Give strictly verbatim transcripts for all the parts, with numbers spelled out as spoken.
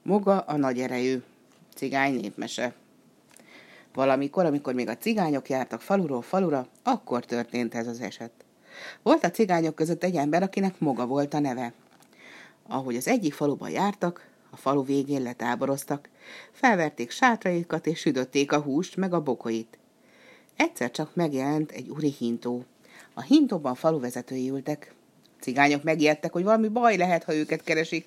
Moga a nagy erejű. Cigány népmese. Valamikor, amikor még a cigányok jártak faluról falura, akkor történt ez az eset. Volt a cigányok között egy ember, akinek Moga volt a neve. Ahogy az egyik faluban jártak, a falu végén letáboroztak, felverték sátraikat és sütötték a húst meg a bokoit. Egyszer csak megjelent egy úri hintó. A hintóban faluvezetői ültek. A cigányok megijedtek, hogy valami baj lehet, ha őket keresik.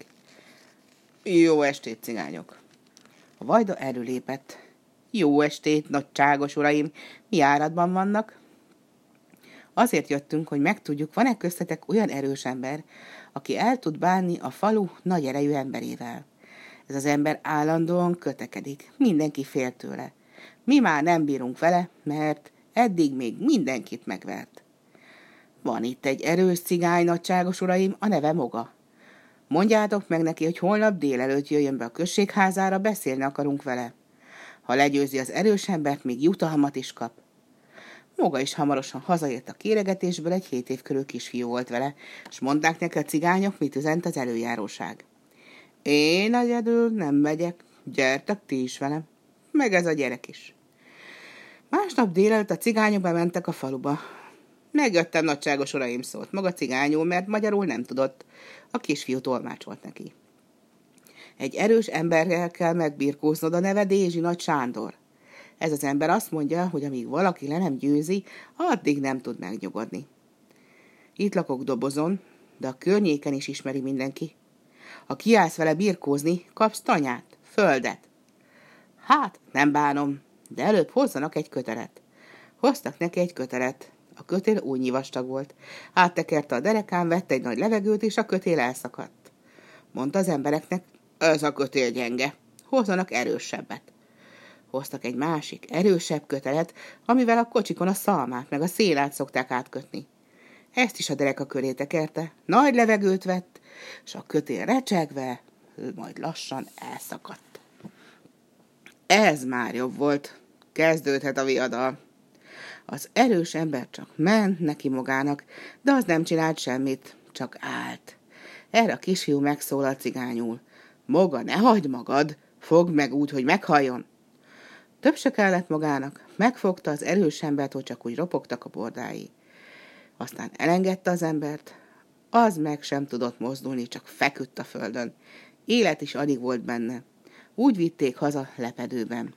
Jó estét, cigányok! A vajda előlépett. Jó estét, nagyságos uraim! Mi áradban vannak? Azért jöttünk, hogy megtudjuk, van-e köztetek olyan erős ember, aki el tud bánni a falu nagy erejű emberével. Ez az ember állandóan kötekedik, mindenki fél tőle. Mi már nem bírunk vele, mert eddig még mindenkit megvert. Van itt egy erős cigány, nagyságos uraim, a neve Moga. Mondjátok meg neki, hogy holnap délelőtt jöjjön be a községházára, beszélni akarunk vele. Ha legyőzi az erős embert, még jutalmat is kap. Moga is hamarosan hazaért a kéregetésből, egy hét év körül kisfiú volt vele, és mondták neki a cigányok, mit üzent az előjáróság. Én egyedül nem megyek, gyertek ti is velem, meg ez a gyerek is. Másnap délelőtt a cigányok bementek a faluba. Megjöttem, nagyságos uraim, szólt maga cigányul, mert magyarul nem tudott. A kisfiú tolmácsolt neki. Egy erős emberrel kell megbirkóznod, a neve Dézsi Nagy Sándor. Ez az ember azt mondja, hogy amíg valaki le nem győzi, addig nem tud megnyugodni. Itt lakok Dobozon, de a környéken is ismeri mindenki. Ha kiállsz vele birkózni, kapsz tanyát, földet. Hát, nem bánom, de előbb hozzanak egy kötelet. Hoztak neki egy kötelet. A kötél újnyi vastag volt. Áttekerte a derekán, vette egy nagy levegőt, és a kötél elszakadt. Mondta az embereknek, ez a kötél gyenge, hozzanak erősebbet. Hoztak egy másik, erősebb kötelet, amivel a kocsikon a szalmát meg a szélát szokták átkötni. Ezt is a dereka köré tekerte, nagy levegőt vett, és a kötél recsegve, majd lassan elszakadt. Ez már jobb volt, kezdődhet a viadal. Az erős ember csak ment neki magának, de az nem csinált semmit, csak állt. Erre a kisfiú megszólalt cigányul. Moga, ne hagyd magad, fogd meg úgy, hogy meghalljon. Több se kellett magának, megfogta az erős embert, hogy csak úgy ropogtak a bordái. Aztán elengedte az embert, az meg sem tudott mozdulni, csak feküdt a földön. Élet is alig volt benne. Úgy vitték haza lepedőben.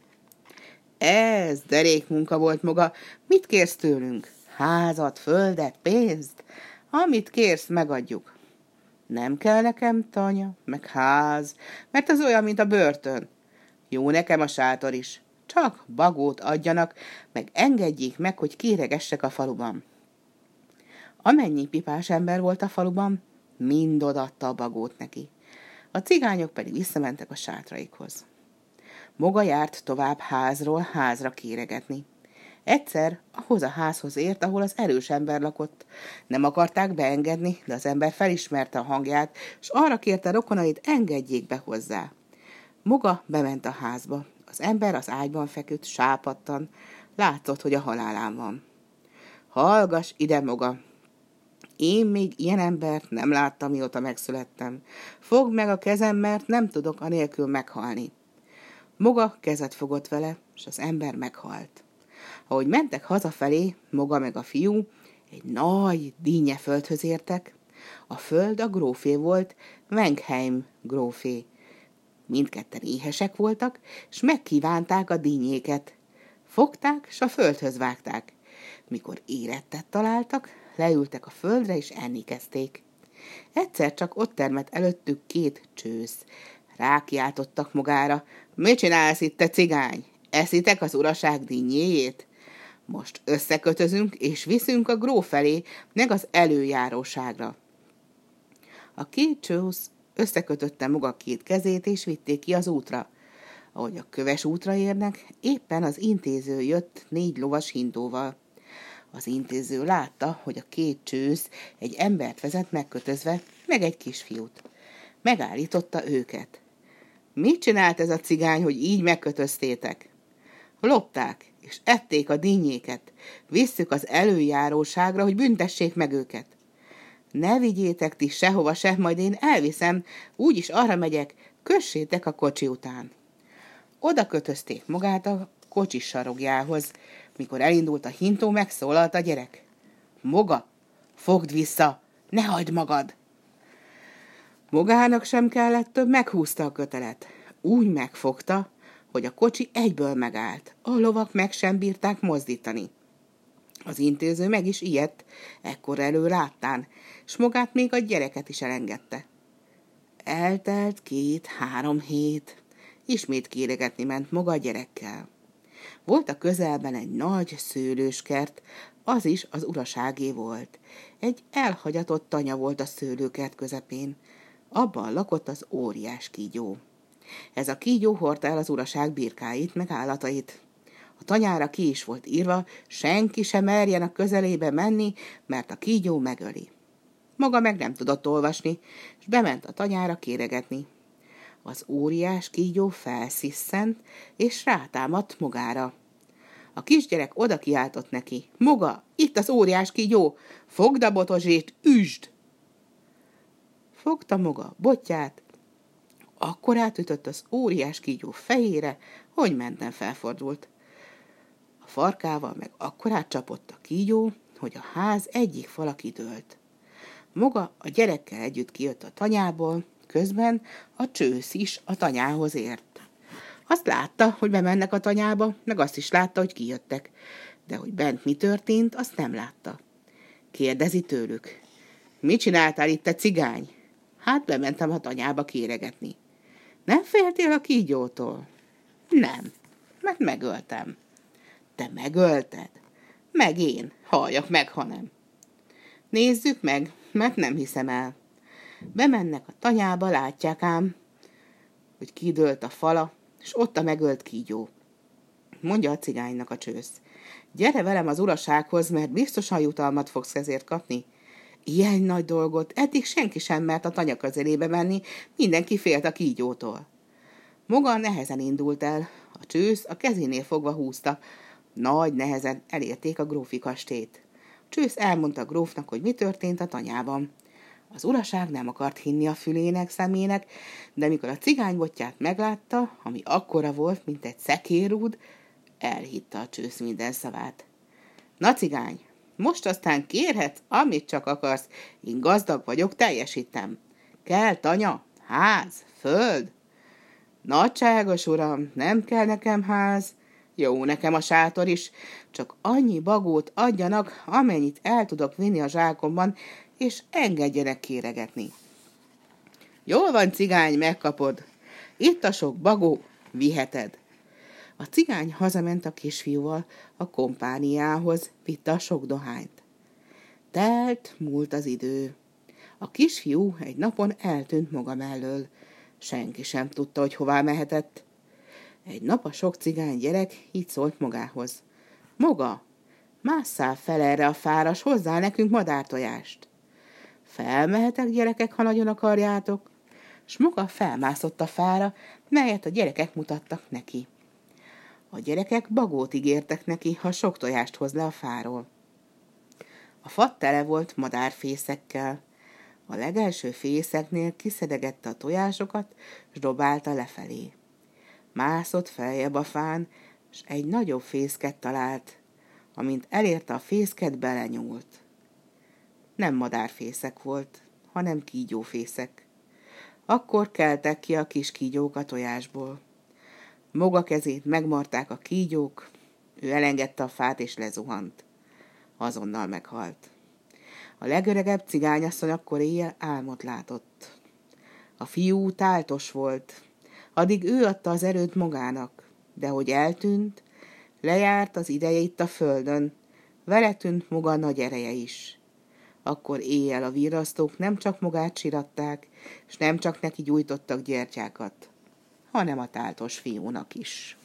Ez derék munka volt, Moga. Mit kérsz tőlünk? Házat, földet, pénzt? Amit kérsz, megadjuk. Nem kell nekem tanya, meg ház, mert az olyan, mint a börtön. Jó nekem a sátor is. Csak bagót adjanak, meg engedjék meg, hogy kéregessek a faluban. Amennyi pipás ember volt a faluban, mind odaadta a bagót neki. A cigányok pedig visszamentek a sátraikhoz. Moga járt tovább házról házra kéregetni. Egyszer ahhoz a házhoz ért, ahol az erős ember lakott. Nem akarták beengedni, de az ember felismerte a hangját, és arra kérte rokonait, engedjék be hozzá. Moga bement a házba. Az ember az ágyban feküdt, sápadtan. Látszott, hogy a halálán van. Hallgass ide, Moga! Én még ilyen embert nem láttam, mióta megszülettem. Fogd meg a kezem, mert nem tudok anélkül meghalni. Moga kezet fogott vele, és az ember meghalt. Ahogy mentek hazafelé, Moga meg a fiú egy nagy dínyeföldhöz értek. A föld a grófé volt, Wenkheim grófé. Mindketten éhesek voltak, és megkívánták a dínyéket. Fogták, s a földhöz vágták. Mikor érettet találtak, leültek a földre, és enni kezdték. Egyszer csak ott termett előttük két csősz. Rákiáltottak Mogára. Mit csinálsz itt, te cigány? Eszitek az uraság dinnyéjét? Most összekötözünk, és viszünk a gróf felé, meg az előjáróságra. A két csősz összekötötte Moga két kezét, és vitték ki az útra. Ahogy a köves útra érnek, éppen az intéző jött négy lovas hintóval. Az intéző látta, hogy a két csősz egy embert vezet megkötözve, meg egy kisfiút. Megállította őket. Mit csinált ez a cigány, hogy így megkötöztétek? Lopták, és ették a dinnyéket. Visszük az előjáróságra, hogy büntessék meg őket. Ne vigyétek ti sehova se, majd én elviszem, úgyis arra megyek, kössétek a kocsi után. Oda kötözték magát a kocsi sarokjához. Mikor elindult a hintó, megszólalt a gyerek. Moga, fogd vissza, ne hagyd magad! Mogának sem kellett több, meghúzta a kötelet. Úgy megfogta, hogy a kocsi egyből megállt. A lovak meg sem bírták mozdítani. Az intéző meg is ijedt, ekkor elő láttán, s magát még a gyereket is elengedte. Eltelt két-három hét, ismét kéregetni ment maga a gyerekkel. Volt a közelben egy nagy szőlőskert, az is az uraságé volt. Egy elhagyatott tanya volt a szőlőkert közepén. Abban lakott az óriás kígyó. Ez a kígyó hordta el az uraság birkáit, meg állatait. A tanyára ki is volt írva, senki sem merjen a közelébe menni, mert a kígyó megöli. Maga meg nem tudott olvasni, és bement a tanyára kéregetni. Az óriás kígyó felsziszent, és rátámadt magára. A kisgyerek oda kiáltott neki. Moga, itt az óriás kígyó, fogd a botozsét, üsd! Fogta maga botját, akkor átütött az óriás kígyó fejére, hogy menten felfordult. A farkával meg akkorát csapott a kígyó, hogy a ház egyik fala kidőlt. Maga a gyerekkel együtt kijött a tanyából, közben a csősz is a tanyához ért. Azt látta, hogy bemennek a tanyába, meg azt is látta, hogy kijöttek, de hogy bent mi történt, azt nem látta. Kérdezi tőlük. Mit csináltál itt, te cigány? Hát bementem a tanyába kéregetni. Nem féltél a kígyótól? Nem, mert megöltem. Te megölted? Meg én, halljak meg, ha nem. Nézzük meg, mert nem hiszem el. Bemennek a tanyába, látják ám, hogy kidőlt a fala, és ott a megölt kígyó. Mondja a cigánynak a csősz. Gyere velem az urasághoz, mert biztosan jutalmat fogsz ezért kapni. Ilyen nagy dolgot, eddig senki sem mert a tanya közelébe menni, mindenki félt a kígyótól. Maga nehezen indult el, a csősz a kezénél fogva húzta. Nagy nehezen elérték a grófi kastélyt. A csősz elmondta a grófnak, hogy mi történt a tanyában. Az uraság nem akart hinni a fülének, szemének, de mikor a cigánybotját meglátta, ami akkora volt, mint egy szekérrúd, elhitte a csősz minden szavát. Na cigány, most aztán kérhetsz, amit csak akarsz, én gazdag vagyok, teljesítem. Kell tanya, ház, föld? Nagyságos uram, nem kell nekem ház, jó nekem a sátor is, csak annyi bagót adjanak, amennyit el tudok vinni a zsákomban, és engedjenek kéregetni. Jól van, cigány, megkapod. Itt a sok bagó, viheted. A cigány hazament a kisfiúval a kompániához, vitte a sok dohányt. Telt, múlt az idő. A kisfiú egy napon eltűnt maga mellől. Senki sem tudta, hogy hová mehetett. Egy nap a sok cigány gyerek így szólt magához. Moga, másszál fel erre a fára, s hozzá nekünk madártojást. Felmehetek, gyerekek, ha nagyon akarjátok? S maga felmászott a fára, melyet a gyerekek mutattak neki. A gyerekek bagót ígértek neki, ha sok tojást hoz le a fáról. A fa tele volt madárfészekkel. A legelső fészeknél kiszedegette a tojásokat, s dobálta lefelé. Mászott feljebb a fán, s egy nagyobb fészket talált. Amint elérte a fészket, belenyúlt. Nem madárfészek volt, hanem kígyófészek. Akkor keltek ki a kis kígyók a tojásból. Maga kezét megmarták a kígyók, ő elengedte a fát és lezuhant. Azonnal meghalt. A legöregebb cigányasszony akkor éjjel álmot látott. A fiú táltos volt, addig ő adta az erőt magának, de hogy eltűnt, lejárt az ideje itt a földön, vele tűnt maga nagy ereje is. Akkor éjjel a virrasztók nem csak magát siratták, és nem csak neki gyújtottak gyertyákat, hanem a táltos fiúnak is.